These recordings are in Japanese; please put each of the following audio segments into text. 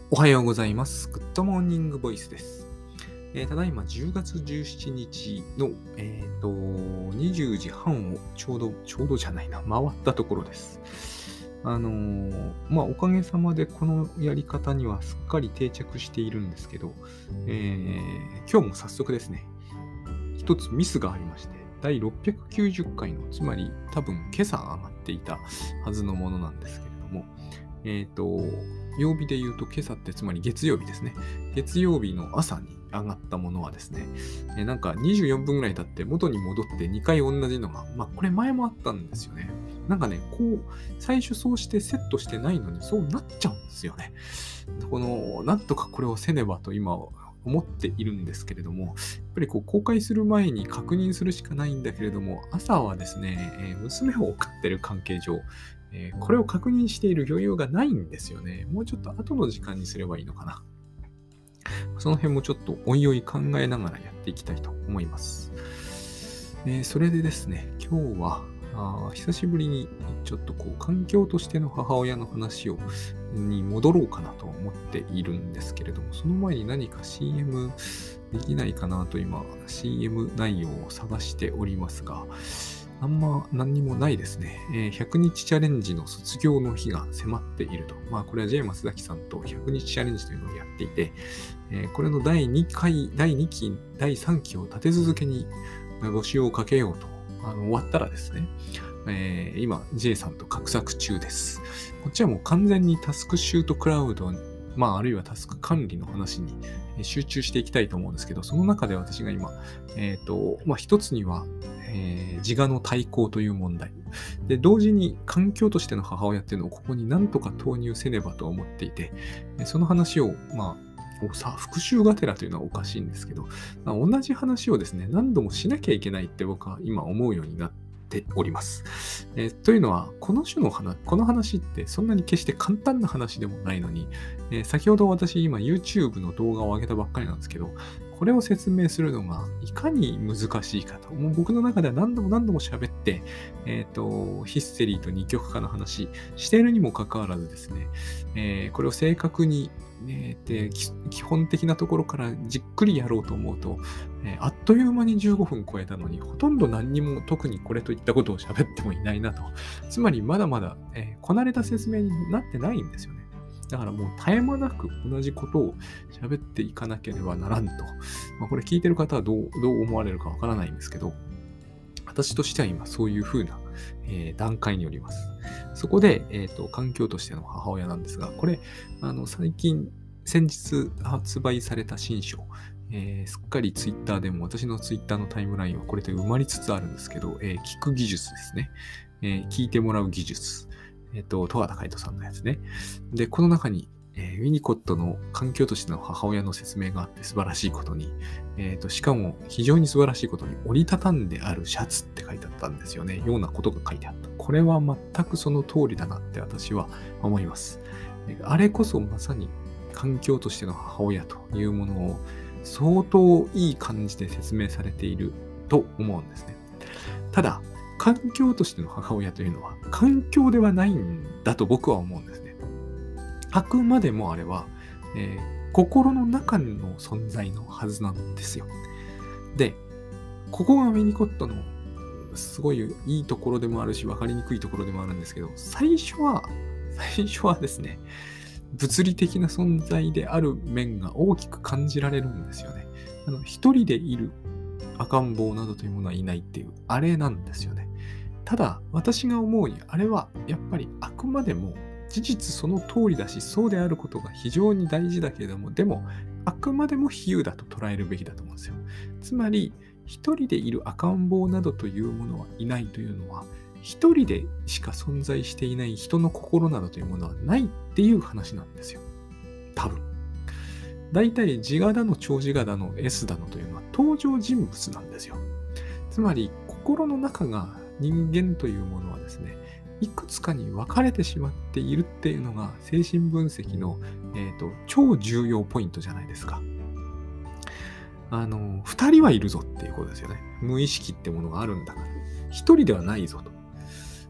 おはようございます。グッドモーニングボイスです。ただいま10月17日の、20時半をちょうどじゃないな、回ったところです。おかげさまでこのやり方にはすっかり定着しているんですけど、今日も早速ですね、一つミスがありまして、第690回の、つまり多分今朝上がっていたはずのものなんですけれども、曜日で言うと今朝ってつまり月曜日ですね。月曜日の朝に上がったものはですね、なんか24分ぐらい経って元に戻って2回同じのが、これ前もあったんですよね。なんかね、最初そうしてセットしてないのにそうなっちゃうんですよね。なんとかこれをせねばと今思っているんですけれども、やっぱり公開する前に確認するしかないんだけれども、朝はですね、娘を送ってる関係上、これを確認している余裕がないんですよね。もうちょっと後の時間にすればいいのかな。その辺もちょっとおいおい考えながらやっていきたいと思います。それでですね、今日は久しぶりにちょっと環境としての母親の話に戻ろうかなと思っているんですけれども、その前に何か CM できないかなと今 CM 内容を探しておりますが、何にもないですね。100日チャレンジの卒業の日が迫っていると。これは J 松崎さんと100日チャレンジというのをやっていて、これの第2期、第2期、第3期を立て続けに募集をかけようと。終わったらですね、今 J さんと画策中です。こっちはもう完全にタスクシュートクラウド、あるいはタスク管理の話に集中していきたいと思うんですけど、その中で私が今、一つには、自我の対抗という問題。で、同時に環境としての母親っていうのをここに何とか投入せねばと思っていて、その話を、復習がてらというのはおかしいんですけど、同じ話をですね、何度もしなきゃいけないって僕は今思うようになっております。というのは、この話ってそんなに決して簡単な話でもないのに、先ほど私今 YouTube の動画を上げたばっかりなんですけど、これを説明するのがいかに難しいかと。もう僕の中では何度も喋って、ヒステリーと二極化の話しているにもかかわらずですね、これを正確に、基本的なところからじっくりやろうと思うと、あっという間に15分超えたのに、ほとんど何にも特にこれといったことを喋ってもいないなと。つまりまだまだ、こなれた説明になってないんですよね。だからもう絶え間なく同じことを喋っていかなければならんと。これ聞いてる方はどう思われるかわからないんですけど、私としては今そういう風な、段階におります。そこで、環境としての母親なんですが、これ、先日発売された新書、すっかりツイッターでも私のツイッターのタイムラインはこれで埋まりつつあるんですけど、聞く技術ですね。聞いてもらう技術。戸畑海人さんのやつね。で、この中に、ウィニコットの環境としての母親の説明があって素晴らしいことに、しかも非常に素晴らしいことに折りたたんであるシャツって書いてあったんですよね。ようなことが書いてあった。これは全くその通りだなって私は思います。あれこそまさに環境としての母親というものを相当いい感じで説明されていると思うんですね。ただ、環境としての母親というのは環境ではないんだと僕は思うんですね。あくまでもあれは、心の中の存在のはずなんですよ。で、ここがウィニコットのすごいいいところでもあるし分かりにくいところでもあるんですけど、最初はですね、物理的な存在である面が大きく感じられるんですよね。一人でいる赤ん坊などというものはいないっていう、あれなんですよね。ただ、私が思うに、あれはやっぱりあくまでも事実その通りだし、そうであることが非常に大事だけれども、でも、あくまでも比喩だと捉えるべきだと思うんですよ。つまり、一人でいる赤ん坊などというものはいないというのは、一人でしか存在していない人の心などというものはないっていう話なんですよ。多分。大体自我だの超自我だの S だのというのは登場人物なんですよ。つまり心の中が人間というものはですね、いくつかに分かれてしまっているっていうのが精神分析の、超重要ポイントじゃないですか。二人はいるぞっていうことですよね。無意識ってものがあるんだから。一人ではないぞと。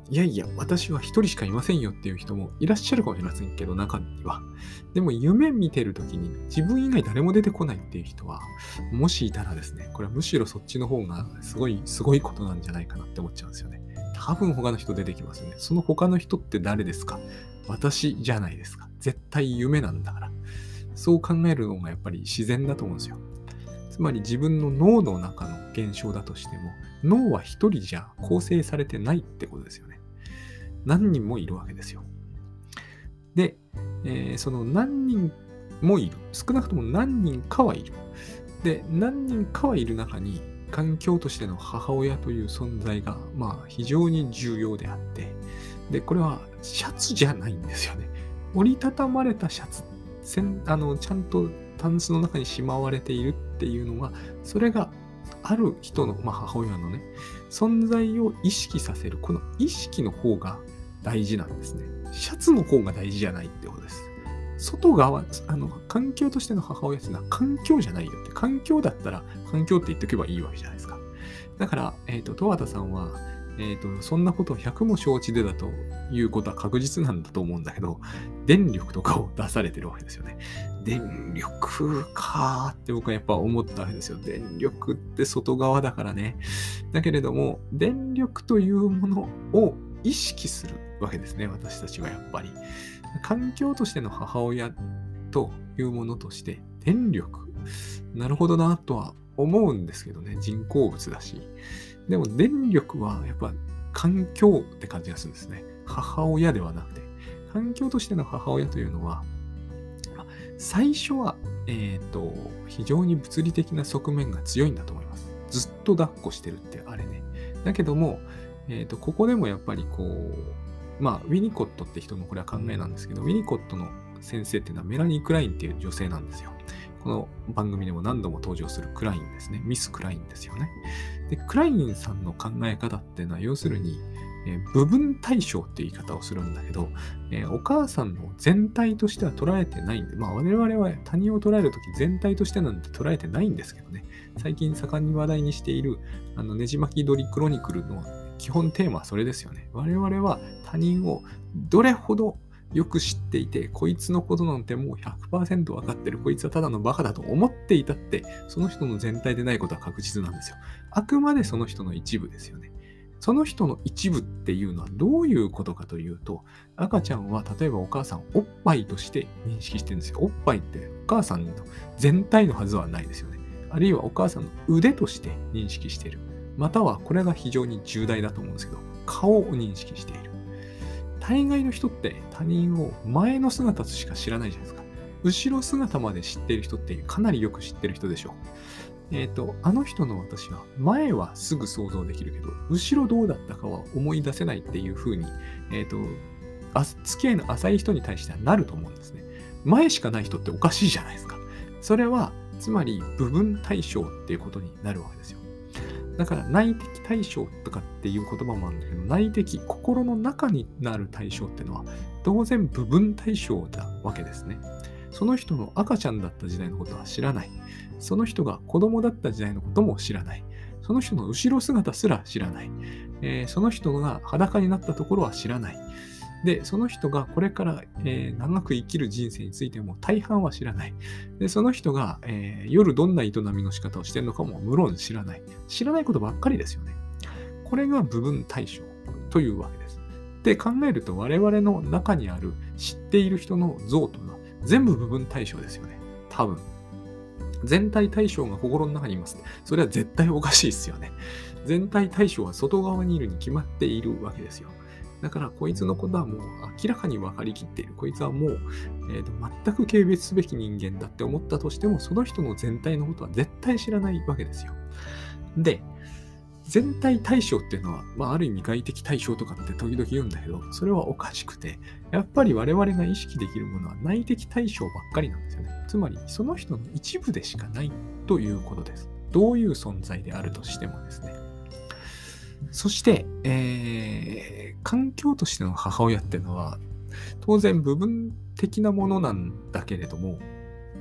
いやいや、私は一人しかいませんよっていう人もいらっしゃるかもしれませんけど、中には。でも夢見てるときに自分以外誰も出てこないっていう人は、もしいたらですね、これはむしろそっちの方がすごいことなんじゃないかなって思っちゃうんですよね。多分他の人出てきますよね。その他の人って誰ですか？私じゃないですか。絶対夢なんだから。そう考えるのがやっぱり自然だと思うんですよ。つまり自分の脳の中の現象だとしても、脳は一人じゃ構成されてないってことですよね。何人もいるわけですよ。で、その何人もいる。少なくとも何人かはいる。で、何人かはいる中に、環境としての母親という存在が、非常に重要であって、で、これはシャツじゃないんですよね。折りたたまれたシャツ、ちゃんとタンスの中にしまわれているっていうのは、それがある人の、母親のね、存在を意識させる、この意識の方が大事なんですね。シャツの方が大事じゃないってことです。外側、環境としての母親っていうのは環境じゃないよって。環境だったら環境って言っておけばいいわけじゃないですか。だから、十和田さんは、そんなことを100も承知でだということは確実なんだと思うんだけど、電力とかを出されてるわけですよね。電力かーって僕はやっぱ思ったわけですよ。電力って外側だからね。だけれども、電力というものを意識するわけですね、私たちはやっぱり。環境としての母親というものとして、電力。なるほどなとは思うんですけどね、人工物だし。でも電力はやっぱ環境って感じがするんですね。母親ではなくて。環境としての母親というのは、最初は、非常に物理的な側面が強いんだと思います。ずっと抱っこしてるってあれね。だけども、ここでもやっぱりこう、ウィニコットって人のこれは考えなんですけど、ウィニコットの先生っていうのはメラニー・クラインっていう女性なんですよ。この番組でも何度も登場するクラインですね。ミス・クラインですよね。で、クラインさんの考え方っていうのは、要するに、部分対象っていう言い方をするんだけど、お母さんの全体としては捉えてないんで、我々は他人を捉えるとき全体としてなんて捉えてないんですけどね。最近盛んに話題にしている、ねじ巻き鳥クロニクルの基本テーマはそれですよね。我々は他人をどれほどよく知っていて、こいつのことなんてもう 100% 分かってる、こいつはただのバカだと思っていたって、その人の全体でないことは確実なんですよ。あくまでその人の一部ですよね。その人の一部っていうのはどういうことかというと、赤ちゃんは例えばお母さんおっぱいとして認識してるんですよ。おっぱいってお母さんの全体のはずはないですよね。あるいはお母さんの腕として認識している。またはこれが非常に重大だと思うんですけど、顔を認識している。大概の人って他人を前の姿としか知らないじゃないですか。後ろ姿まで知っている人ってかなりよく知ってる人でしょう。あの人の私は前はすぐ想像できるけど、後ろどうだったかは思い出せないっていう風に、付き合いの浅い人に対してはなると思うんですね。前しかない人っておかしいじゃないですか。それは、つまり部分対象っていうことになるわけですよ。だから内的対象とかっていう言葉もあるんだけど、内的、心の中になる対象っていうのは、当然部分対象なわけですね。その人の赤ちゃんだった時代のことは知らない。その人が子供だった時代のことも知らない。その人の後ろ姿すら知らない。その人が裸になったところは知らない。で、その人がこれから、長く生きる人生についても大半は知らない。で、その人が、夜どんな営みの仕方をしているのかも無論知らない。知らないことばっかりですよね。これが部分対象というわけです。で、考えると我々の中にある知っている人の像というのは全部部分対象ですよね。多分。全体対象が心の中にいます。それは絶対おかしいですよね。全体対象は外側にいるに決まっているわけですよ。だからこいつのことはもう明らかに分かりきっている。こいつはもう、全く軽蔑すべき人間だって思ったとしても、その人の全体のことは絶対知らないわけですよ。で、全体対象っていうのは、ある意味外的対象とかって時々言うんだけど、それはおかしくて、やっぱり我々が意識できるものは内的対象ばっかりなんですよね。つまり、その人の一部でしかないということです。どういう存在であるとしてもですね。そして、環境としての母親っていうのは、当然部分的なものなんだけれども、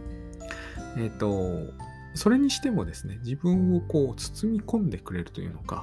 それにしてもですね、自分をこう包み込んでくれるというのか、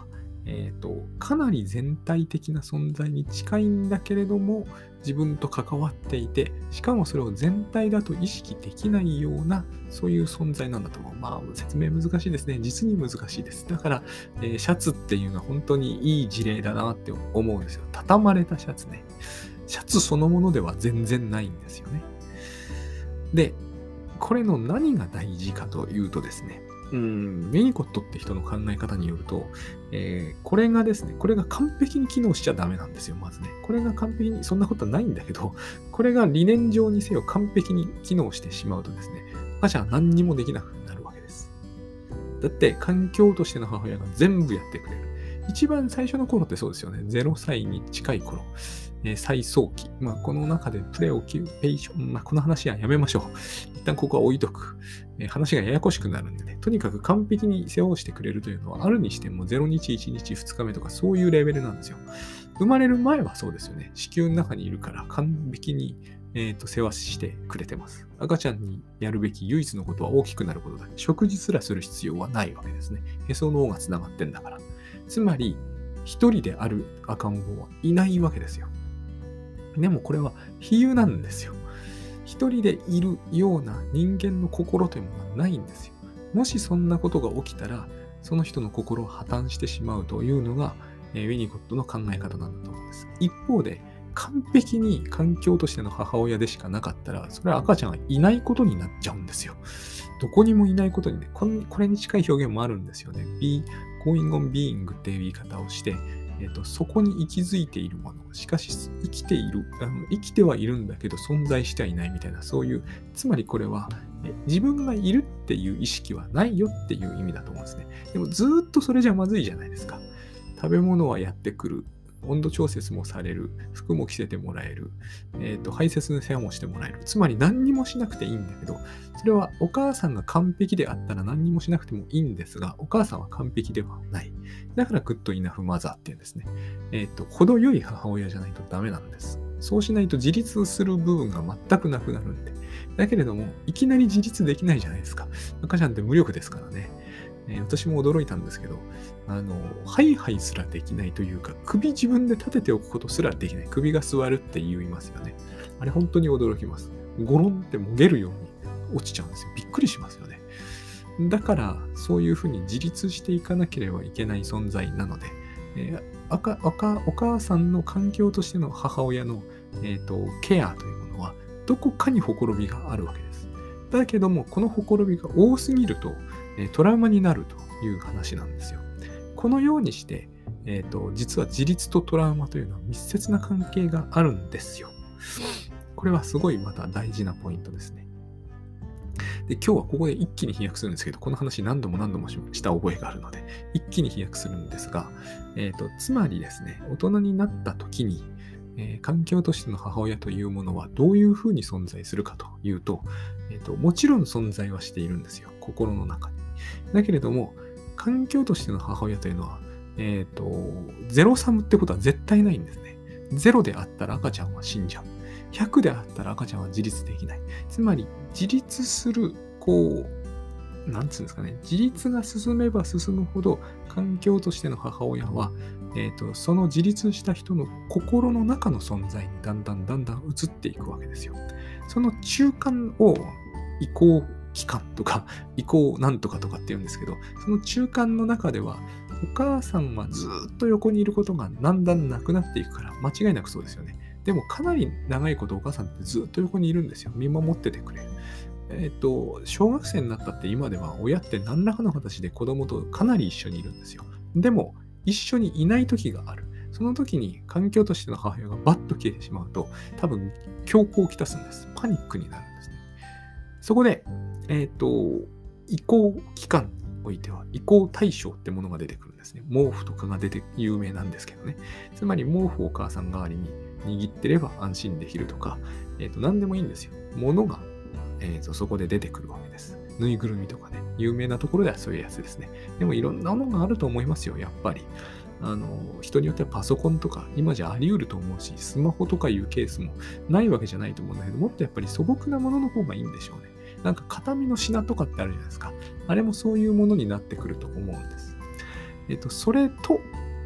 かなり全体的な存在に近いんだけれども、自分と関わっていて、しかもそれを全体だと意識できないような、そういう存在なんだと思う。まあ、説明難しいですね。実に難しいです。だから、シャツっていうのは本当にいい事例だなって思うんですよ。畳まれたシャツね。シャツそのものでは全然ないんですよね。で、これの何が大事かというとですね、ウィニコットって人の考え方によると、これが完璧に機能しちゃダメなんですよ、まずね。これが完璧に、そんなことはないんだけど、これが理念上にせよ完璧に機能してしまうとですね、赤ちゃんは何にもできなくなるわけです。だって、環境としての母親が全部やってくれる。一番最初の頃ってそうですよね。0歳に近い頃。最早期。この中でプレオキュペーション、この話はやめましょう。一旦ここは置いとく。話がややこしくなるんでね。とにかく完璧に世話をしてくれるというのは、あるにしても0日、1日、2日目とかそういうレベルなんですよ。生まれる前はそうですよね。子宮の中にいるから完璧に、世話してくれてます。赤ちゃんにやるべき唯一のことは大きくなることだ。食事すらする必要はないわけですね。へその緒がつながってんだから。つまり、一人である赤ん坊はいないわけですよ。でもこれは比喩なんですよ。一人でいるような人間の心というものはないんですよ。もしそんなことが起きたら、その人の心を破綻してしまうというのが、ウィニコットの考え方なんだと思うんです。一方で、完璧に環境としての母親でしかなかったら、それは赤ちゃんがいないことになっちゃうんですよ。どこにもいないことにね、これに近い表現もあるんですよね。going on being っていう言い方をして、そこに息づいているもの。しかし、生きてはいるんだけど存在してはいないみたいな、そういう、つまりこれは、自分がいるっていう意識はないよっていう意味だと思うんですね。でもずっとそれじゃまずいじゃないですか。食べ物はやってくる。温度調節もされる。服も着せてもらえる。排泄の世話もしてもらえる。つまり何にもしなくていいんだけど、それはお母さんが完璧であったら何にもしなくてもいいんですが、お母さんは完璧ではない。だからグッドイナフマザーっていうんですね。程よい母親じゃないとダメなんです。そうしないと自立する部分が全くなくなるんで。だけれども、いきなり自立できないじゃないですか。赤ちゃんって無力ですからね。私も驚いたんですけど、ハイハイすらできないというか、首自分で立てておくことすらできない。首が座るって言いますよね。あれ本当に驚きます。ゴロンってもげるように落ちちゃうんですよ。びっくりしますよね。だから、そういうふうに自立していかなければいけない存在なので、お母さんの環境としての母親の、ケアというものは、どこかにほころびがあるわけです。だけども、このほころびが多すぎると、トラウマになるという話なんですよ。このようにして、実は自立とトラウマというのは密接な関係があるんですよ。これはすごいまた大事なポイントですね。で、今日はここで一気に飛躍するんですけど、この話何度もした覚えがあるので、一気に飛躍するんですが、つまりですね、大人になった時に、環境としての母親というものはどういうふうに存在するかというと、もちろん存在はしているんですよ。心の中に。だけれども、環境としての母親というのは、ゼロサムってことは絶対ないんですね。0であったら赤ちゃんは死んじゃう。100であったら赤ちゃんは自立できない。つまり、自立する、なんつうんですかね、自立が進めば進むほど、環境としての母親は、その自立した人の心の中の存在にだんだん移っていくわけですよ。その中間を移行期間とか、移行なんとかとかって言うんですけど、その中間の中では、お母さんはずっと横にいることがだんだんなくなっていくから、間違いなくそうですよね。でもかなり長いことお母さんってずっと横にいるんですよ。見守っててくれる。小学生になったって今では親って何らかの形で子供とかなり一緒にいるんですよ。でも一緒にいない時がある。その時に環境としての母親がバッと消えてしまうと多分恐慌をきたすんです。パニックになるんですね。そこで、移行期間においては移行対象ってものが出てくるんですね。毛布とかが有名なんですけどね。つまり毛布をお母さん代わりに握ってれば安心できるとか、何でもいいんですよ。物がそこで出てくるわけです。ぬいぐるみとかね、有名なところではそういうやつですね。でもいろんなものがあると思いますよ、やっぱり。人によってはパソコンとか今じゃあり得ると思うし、スマホとかいうケースもないわけじゃないと思うんだけど、もっとやっぱり素朴なものの方がいいんでしょうね。なんか形見の品とかってあるじゃないですか。あれもそういうものになってくると思うんです。それと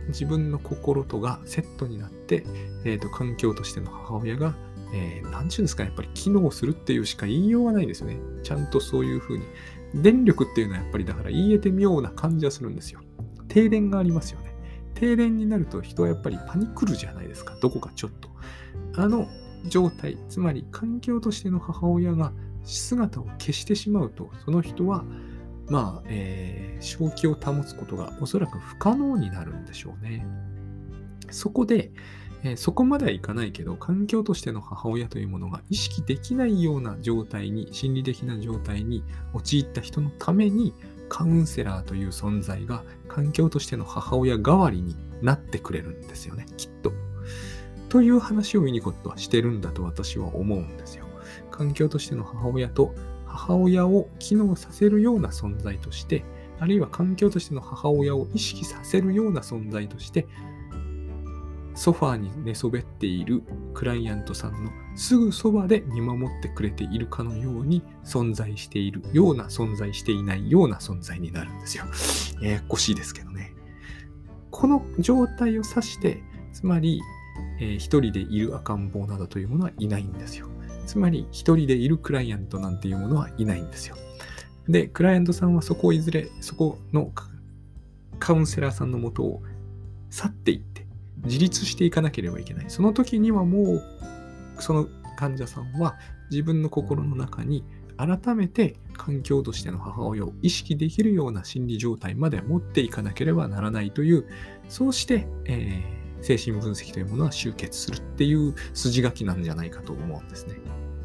自分の心とがセットになって、環境としての母親が、なんていうんですかね、やっぱり機能するっていうしか言いようがないんですよね。ちゃんとそういうふうに。電力っていうのはやっぱりだから言えて妙な感じはするんですよ。停電がありますよね。停電になると人はやっぱりパニクるじゃないですか。どこかちょっと。あの状態、つまり環境としての母親が姿を消してしまうと、その人は、正気を保つことがおそらく不可能になるんでしょうね。そこで、そこまではいかないけど、環境としての母親というものが意識できないような状態に、心理的な状態に陥った人のために、カウンセラーという存在が環境としての母親代わりになってくれるんですよね、きっと。という話をウィニコットはしてるんだと私は思うんですよ。環境としての母親と母親を機能させるような存在として、あるいは環境としての母親を意識させるような存在として、ソファーに寝そべっているクライアントさんのすぐそばで見守ってくれているかのように存在しているような存在していないような存在になるんですよ。ややこしいですけどね。この状態を指して、つまり、一人でいる赤ん坊などというものはいないんですよ。つまり、一人でいるクライアントなんていうものはいないんですよ。で、クライアントさんはそこをいずれ、そこのカウンセラーさんのもとを去っていって、自立していかなければいけない。その時にはもう、その患者さんは自分の心の中に改めて環境としての母親を意識できるような心理状態まで持っていかなければならないという、そうして、精神分析というものは集結するっていう筋書きなんじゃないかと思うんですね。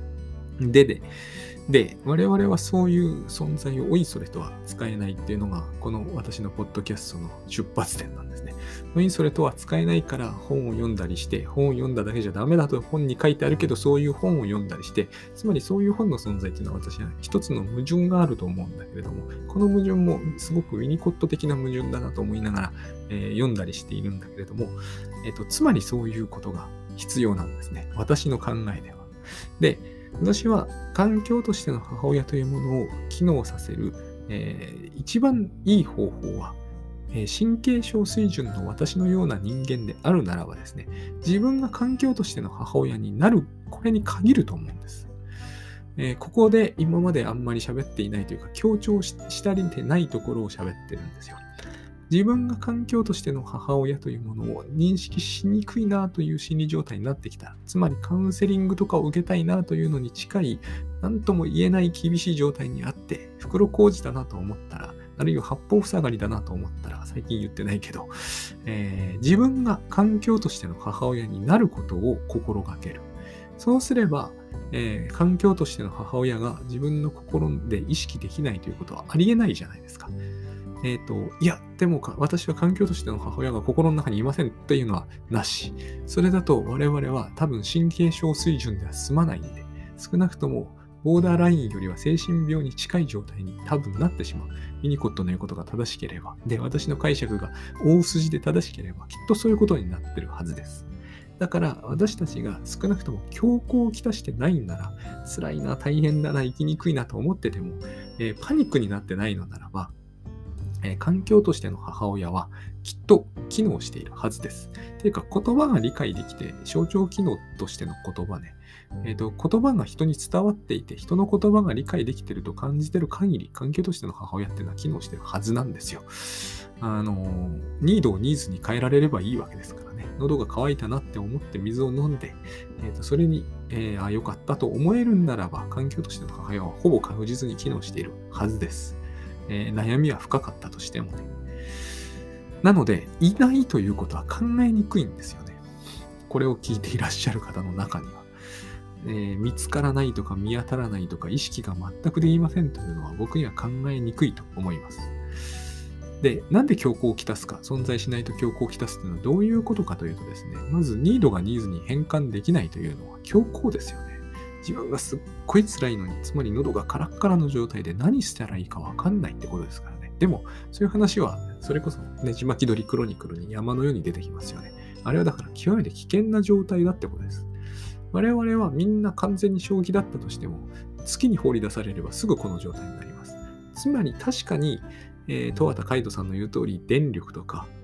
で、我々はそういう存在をおいそれとは使えないっていうのが、この私のポッドキャストの出発点なんですね。おいそれとは使えないから本を読んだりして、本を読んだだけじゃダメだと本に書いてあるけど、そういう本を読んだりして、つまりそういう本の存在っていうのは私は一つの矛盾があると思うんだけれども、この矛盾もすごくウィニコット的な矛盾だなと思いながら、読んだりしているんだけれども、つまりそういうことが必要なんですね。私の考えでは。で、私は環境としての母親というものを機能させる、一番いい方法は、神経症水準の私のような人間であるならばですね、自分が環境としての母親になる、これに限ると思うんです。ここで今まであんまり喋っていないというか、強調したりてないところを喋ってるんですよ。自分が環境としての母親というものを認識しにくいなという心理状態になってきた。つまりカウンセリングとかを受けたいなというのに近い、何とも言えない厳しい状態にあって、袋小路だなと思ったら、あるいは八方塞がりだなと思ったら、最近言ってないけど、自分が環境としての母親になることを心がける。そうすれば、環境としての母親が自分の心で意識できないということはありえないじゃないですか。いや、でも私は環境としての母親が心の中にいませんっていうのはなし。それだと我々は多分神経症水準では済まないんで、少なくともボーダーラインよりは精神病に近い状態に多分なってしまう。ウィニコットの言うことが正しければ、で、私の解釈が大筋で正しければ、きっとそういうことになってるはずです。だから私たちが少なくとも強行をきたしてないんなら、辛いな、大変だな、生きにくいなと思ってても、パニックになってないのならば、環境としての母親はきっと機能しているはずです。というか言葉が理解できて象徴機能としての言葉ね、言葉が人に伝わっていて人の言葉が理解できていると感じている限り環境としての母親っていうのは機能しているはずなんですよ。ニードをニーズに変えられればいいわけですからね。喉が渇いたなって思って水を飲んで、それに、良かったと思えるんならば環境としての母親はほぼ確実に機能しているはずです。悩みは深かったとしてもね。なので、いないということは考えにくいんですよね。これを聞いていらっしゃる方の中には。見つからないとか見当たらないとか意識が全くできませんというのは僕には考えにくいと思います。で、なんで強行をきたすか、存在しないと強行をきたすというのはどういうことかというとですね、まずニードがニーズに変換できないというのは強行ですよね。自分がすっごい辛いのに、つまり喉がカラッカラの状態で何したらいいかわかんないってことですからね。でも、そういう話は、それこそねじ巻き鳥クロニクルに山のように出てきますよね。あれはだから極めて危険な状態だってことです。我々はみんな完全に正気だったとしても、月に放り出されればすぐこの状態になります。つまり確かに、十和田海人さんの言う通り、電力とか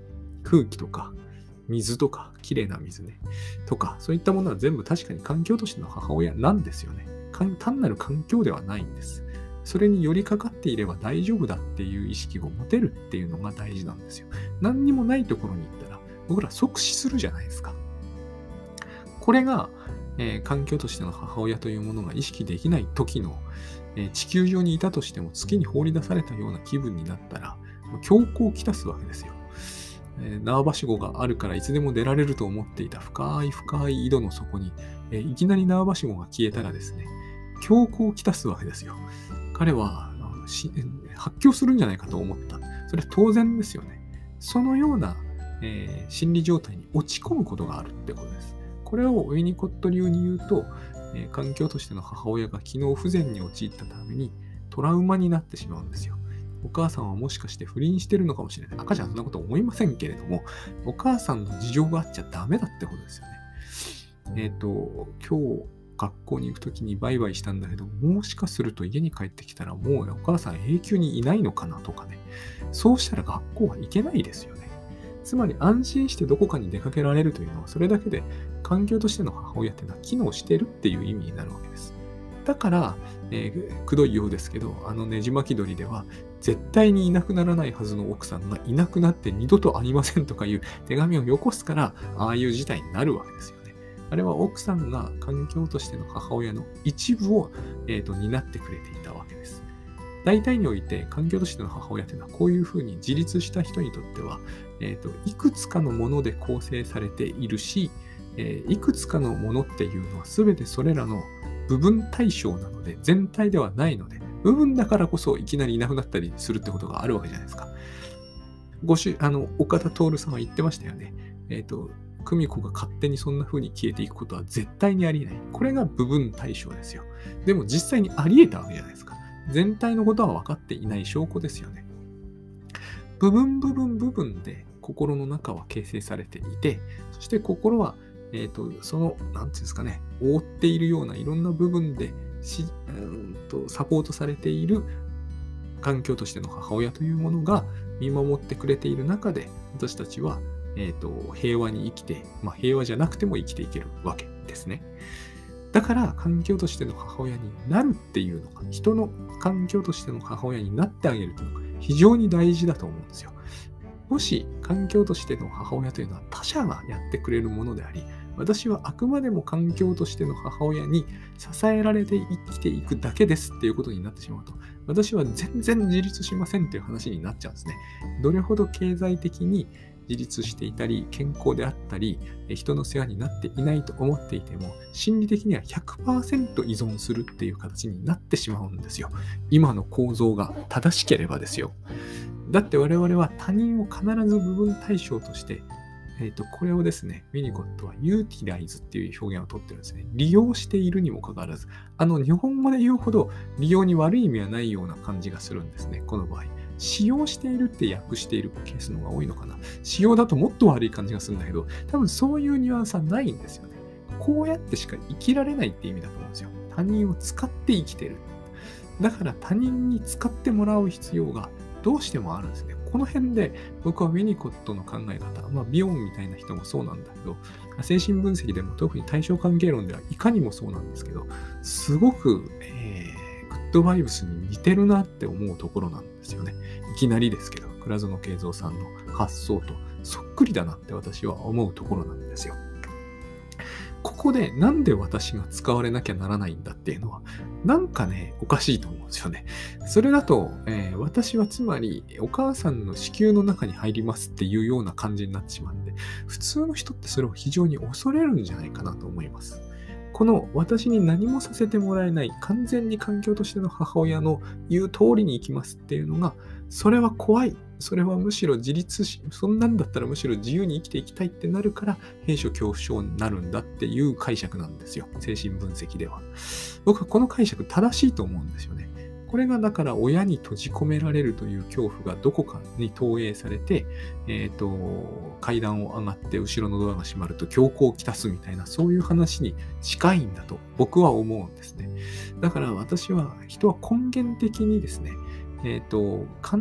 空気とか、水とか、綺麗な水ね、とか、そういったものは全部確かに環境としての母親なんですよね。単なる環境ではないんです。それに寄りかかっていれば大丈夫だっていう意識を持てるっていうのが大事なんですよ。何にもないところに行ったら、僕ら即死するじゃないですか。これが、環境としての母親というものが意識できない時の、地球上にいたとしても月に放り出されたような気分になったら、強行をきたすわけですよ。縄ばしごがあるからいつでも出られると思っていた深い深い井戸の底に、いきなり縄ばしごが消えたらですね、強行をきたすわけですよ。彼は発狂するんじゃないかと思った。それは当然ですよね。そのような、心理状態に落ち込むことがあるってことです。これをウィニコット流に言うと、環境としての母親が機能不全に陥ったためにトラウマになってしまうんですよ。お母さんはもしかして不倫してるのかもしれない。赤ちゃんそんなこと思いませんけれども、お母さんの事情があっちゃダメだってことですよね。今日学校に行くときにバイバイしたんだけど、もしかすると家に帰ってきたらもうお母さん永久にいないのかなとかね。そうしたら学校は行けないですよね。つまり安心してどこかに出かけられるというのは、それだけで環境としての母親っていうのは機能しているっていう意味になるわけです。だから、くどいようですけど、ねじ巻き鳥では、絶対にいなくならないはずの奥さんがいなくなって二度とありませんとかいう手紙をよこすから、ああいう事態になるわけですよね。あれは奥さんが環境としての母親の一部を、担ってくれていたわけです。大体において環境としての母親というのはこういうふうに自立した人にとっては、いくつかのもので構成されているし、いくつかのものっていうのは全てそれらの部分対象なので全体ではないので、部分だからこそいきなりいなくなったりするってことがあるわけじゃないですか。岡田徹さんは言ってましたよね。久美子が勝手にそんな風に消えていくことは絶対にありえない。これが部分対象ですよ。でも実際にあり得たわけじゃないですか。全体のことは分かっていない証拠ですよね。部分で心の中は形成されていて、そして心は、その、なんていうんですかね、覆っているようないろんな部分でサポートされている環境としての母親というものが見守ってくれている中で、私たちは、平和に生きて、平和じゃなくても生きていけるわけですね。だから環境としての母親になるっていうのが、人の環境としての母親になってあげるというのが非常に大事だと思うんですよ。もし環境としての母親というのは他者がやってくれるものであり、私はあくまでも環境としての母親に支えられて生きていくだけですっていうことになってしまうと、私は全然自立しませんっていう話になっちゃうんですね。どれほど経済的に自立していたり、健康であったり、人の世話になっていないと思っていても、心理的には 100% 依存するっていう形になってしまうんですよ。今の構造が正しければですよ。だって我々は他人を必ず部分対象として、これをですね、ウィニコットはユーティライズっていう表現をとってるんですね。利用しているにもかかわらず、日本語で言うほど利用に悪い意味はないような感じがするんですね、この場合。使用しているって訳しているケースの方が多いのかな。使用だともっと悪い感じがするんだけど、多分そういうニュアンスはないんですよね。こうやってしか生きられないって意味だと思うんですよ。他人を使って生きてる。だから他人に使ってもらう必要がどうしてもあるんですね。この辺で僕はウィニコットの考え方、ビヨンみたいな人もそうなんだけど、精神分析でも特に対象関係論ではいかにもそうなんですけど、すごく、グッドバイブスに似てるなって思うところなんですよね。いきなりですけど、倉園慶三さんの発想とそっくりだなって私は思うところなんですよ。ここでなんで私が使われなきゃならないんだっていうのは、なんかね、おかしいと思うんですよね。それだと、私はつまりお母さんの子宮の中に入りますっていうような感じになってしまうんで、普通の人ってそれを非常に恐れるんじゃないかなと思います。この私に何もさせてもらえない完全に環境としての母親の言う通りに生きますっていうのが、それは怖い。それはむしろ自立し、そんなんだったらむしろ自由に生きていきたいってなるから、閉所恐怖症になるんだっていう解釈なんですよ。精神分析では。僕はこの解釈正しいと思うんですよね。これがだから親に閉じ込められるという恐怖がどこかに投影されて、階段を上がって後ろのドアが閉まると強行をきたすみたいな、そういう話に近いんだと僕は思うんですね。だから私は人は根源的にですね、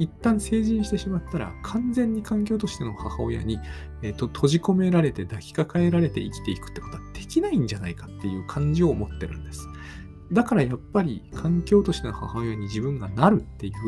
一旦成人してしまったら、完全に環境としての母親に、閉じ込められて抱きかかえられて生きていくってことはできないんじゃないかっていう感情を持ってるんです。だからやっぱり環境としての母親に自分がなるっていう、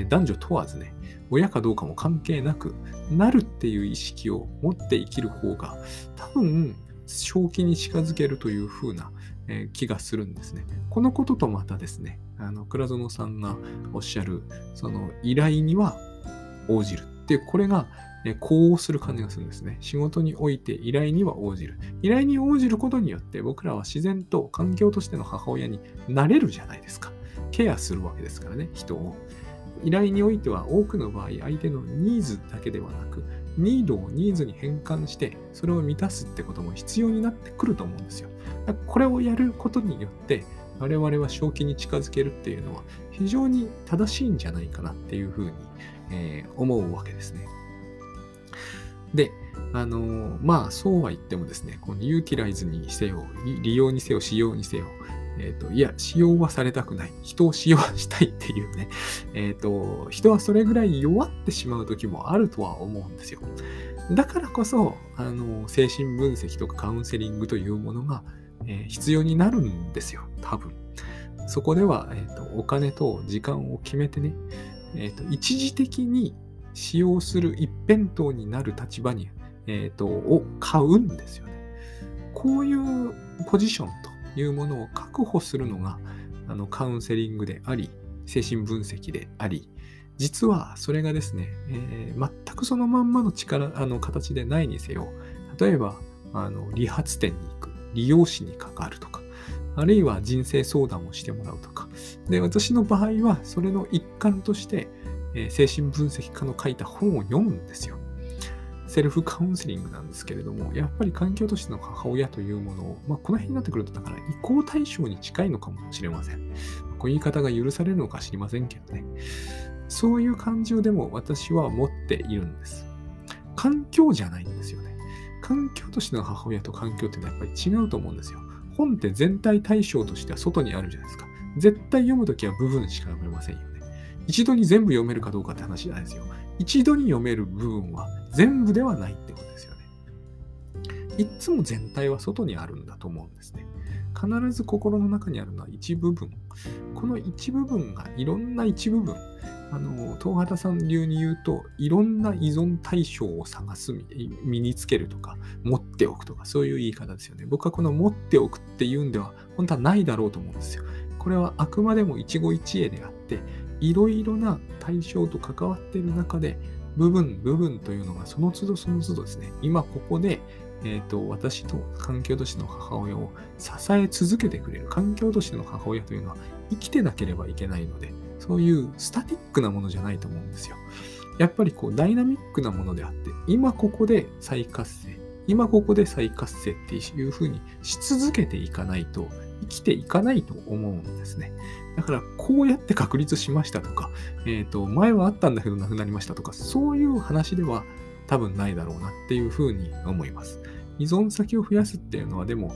男女問わずね、親かどうかも関係なく、なるっていう意識を持って生きる方が、多分、正気に近づけるという風な、気がするんですね。このこととまたですね、倉園さんがおっしゃる、その依頼には応じるっていう、これが、呼応する感じがするんですね。仕事において依頼には応じる。依頼に応じることによって僕らは自然と環境としての母親になれるじゃないですか。ケアするわけですからね、人を。依頼においては多くの場合、相手のニーズだけではなく、ニードをニーズに変換して、それを満たすってことも必要になってくると思うんですよ。だからこれをやることによって、我々は正気に近づけるっていうのは非常に正しいんじゃないかなっていうふうに、思うわけですね。で、そうは言ってもですね、このユーティライズにせよ、利用にせよ、使用にせよ、いや、使用はされたくない。人を使用したいっていうね、人はそれぐらい弱ってしまう時もあるとは思うんですよ。だからこそ、精神分析とかカウンセリングというものが、必要になるんですよ、多分。そこでは、お金と時間を決めてね、一時的に使用する一辺倒になる立場に、を買うんですよね。こういうポジションというものを確保するのが、カウンセリングであり、精神分析であり、実はそれがですね、全くそのまんまの形でないにせよ、例えば、理髪店に行く、理容師に関わるとか、あるいは人生相談をしてもらうとか。で、私の場合は、それの一環として、精神分析家の書いた本を読むんですよ。セルフカウンセリングなんですけれども、やっぱり環境としての母親というものを、この辺になってくると、だから移行対象に近いのかもしれません。こういう言い方が許されるのか知りませんけどね。そういう感情でも私は持っているんです。環境じゃないんですよね。環境としての母親と環境っていうのはやっぱり違うと思うんですよ。本って全体対象としては外にあるじゃないですか。絶対読むときは部分しか読めませんよね。一度に全部読めるかどうかって話じゃないですよ。一度に読める部分は全部ではないってことですよね。いつも全体は外にあるんだと思うんですね。必ず心の中にあるのは一部分。この一部分がいろんな一部分。東畑さん流に言うと、いろんな依存対象を探す、身につけるとか、持っておくとか、そういう言い方ですよね。僕はこの持っておくっていうんでは、本当はないだろうと思うんですよ。これはあくまでも一期一会であって、いろいろな対象と関わっている中で、部分というのがその都度ですね、今ここで、私と環境としての母親を支え続けてくれる環境としての母親というのは生きてなければいけないので、そういうスタティックなものじゃないと思うんですよ。やっぱりダイナミックなものであって、今ここで再活性っていう風にし続けていかないと、生きていかないと思うんですね。だから、こうやって確立しましたとか、前はあったんだけどなくなりましたとか、そういう話では多分ないだろうなっていう風に思います。依存先を増やすっていうのは、でも、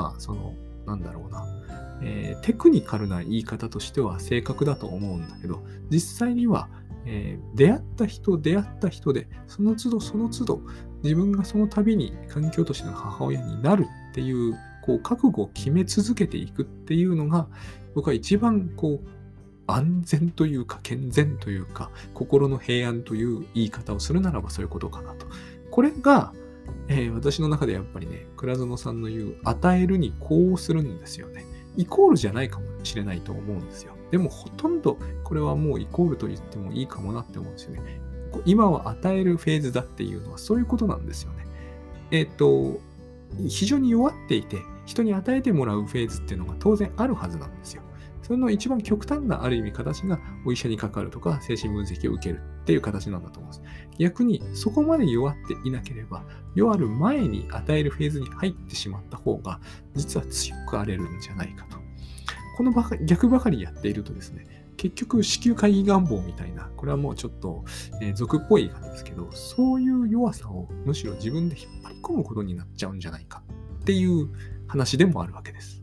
テクニカルな言い方としては正確だと思うんだけど、実際には、出会った人で、その都度、自分がその度に環境としての母親になるっていう、覚悟を決め続けていくっていうのが、僕は一番、安全というか、健全というか、心の平安という言い方をするならばそういうことかなと。これが、私の中でやっぱりね、倉園さんの言う、与えるに呼応するんですよね。イコールじゃないかもしれないと思うんですよ。でもほとんどこれはもうイコールと言ってもいいかもなって思うんですよね。今は与えるフェーズだっていうのはそういうことなんですよね。非常に弱っていて人に与えてもらうフェーズっていうのが当然あるはずなんですよ。それの一番極端なある意味形がお医者にかかるとか精神分析を受けるっていう形なんだと思うんです。逆にそこまで弱っていなければ弱る前に与えるフェーズに入ってしまった方が実は強くあれるんじゃないかと。この逆ばかりやっているとですね、結局子宮会議願望みたいな、これはもうちょっと、俗っぽい言い方ですけど、そういう弱さをむしろ自分で引っ張り込むことになっちゃうんじゃないかっていう話でもあるわけです。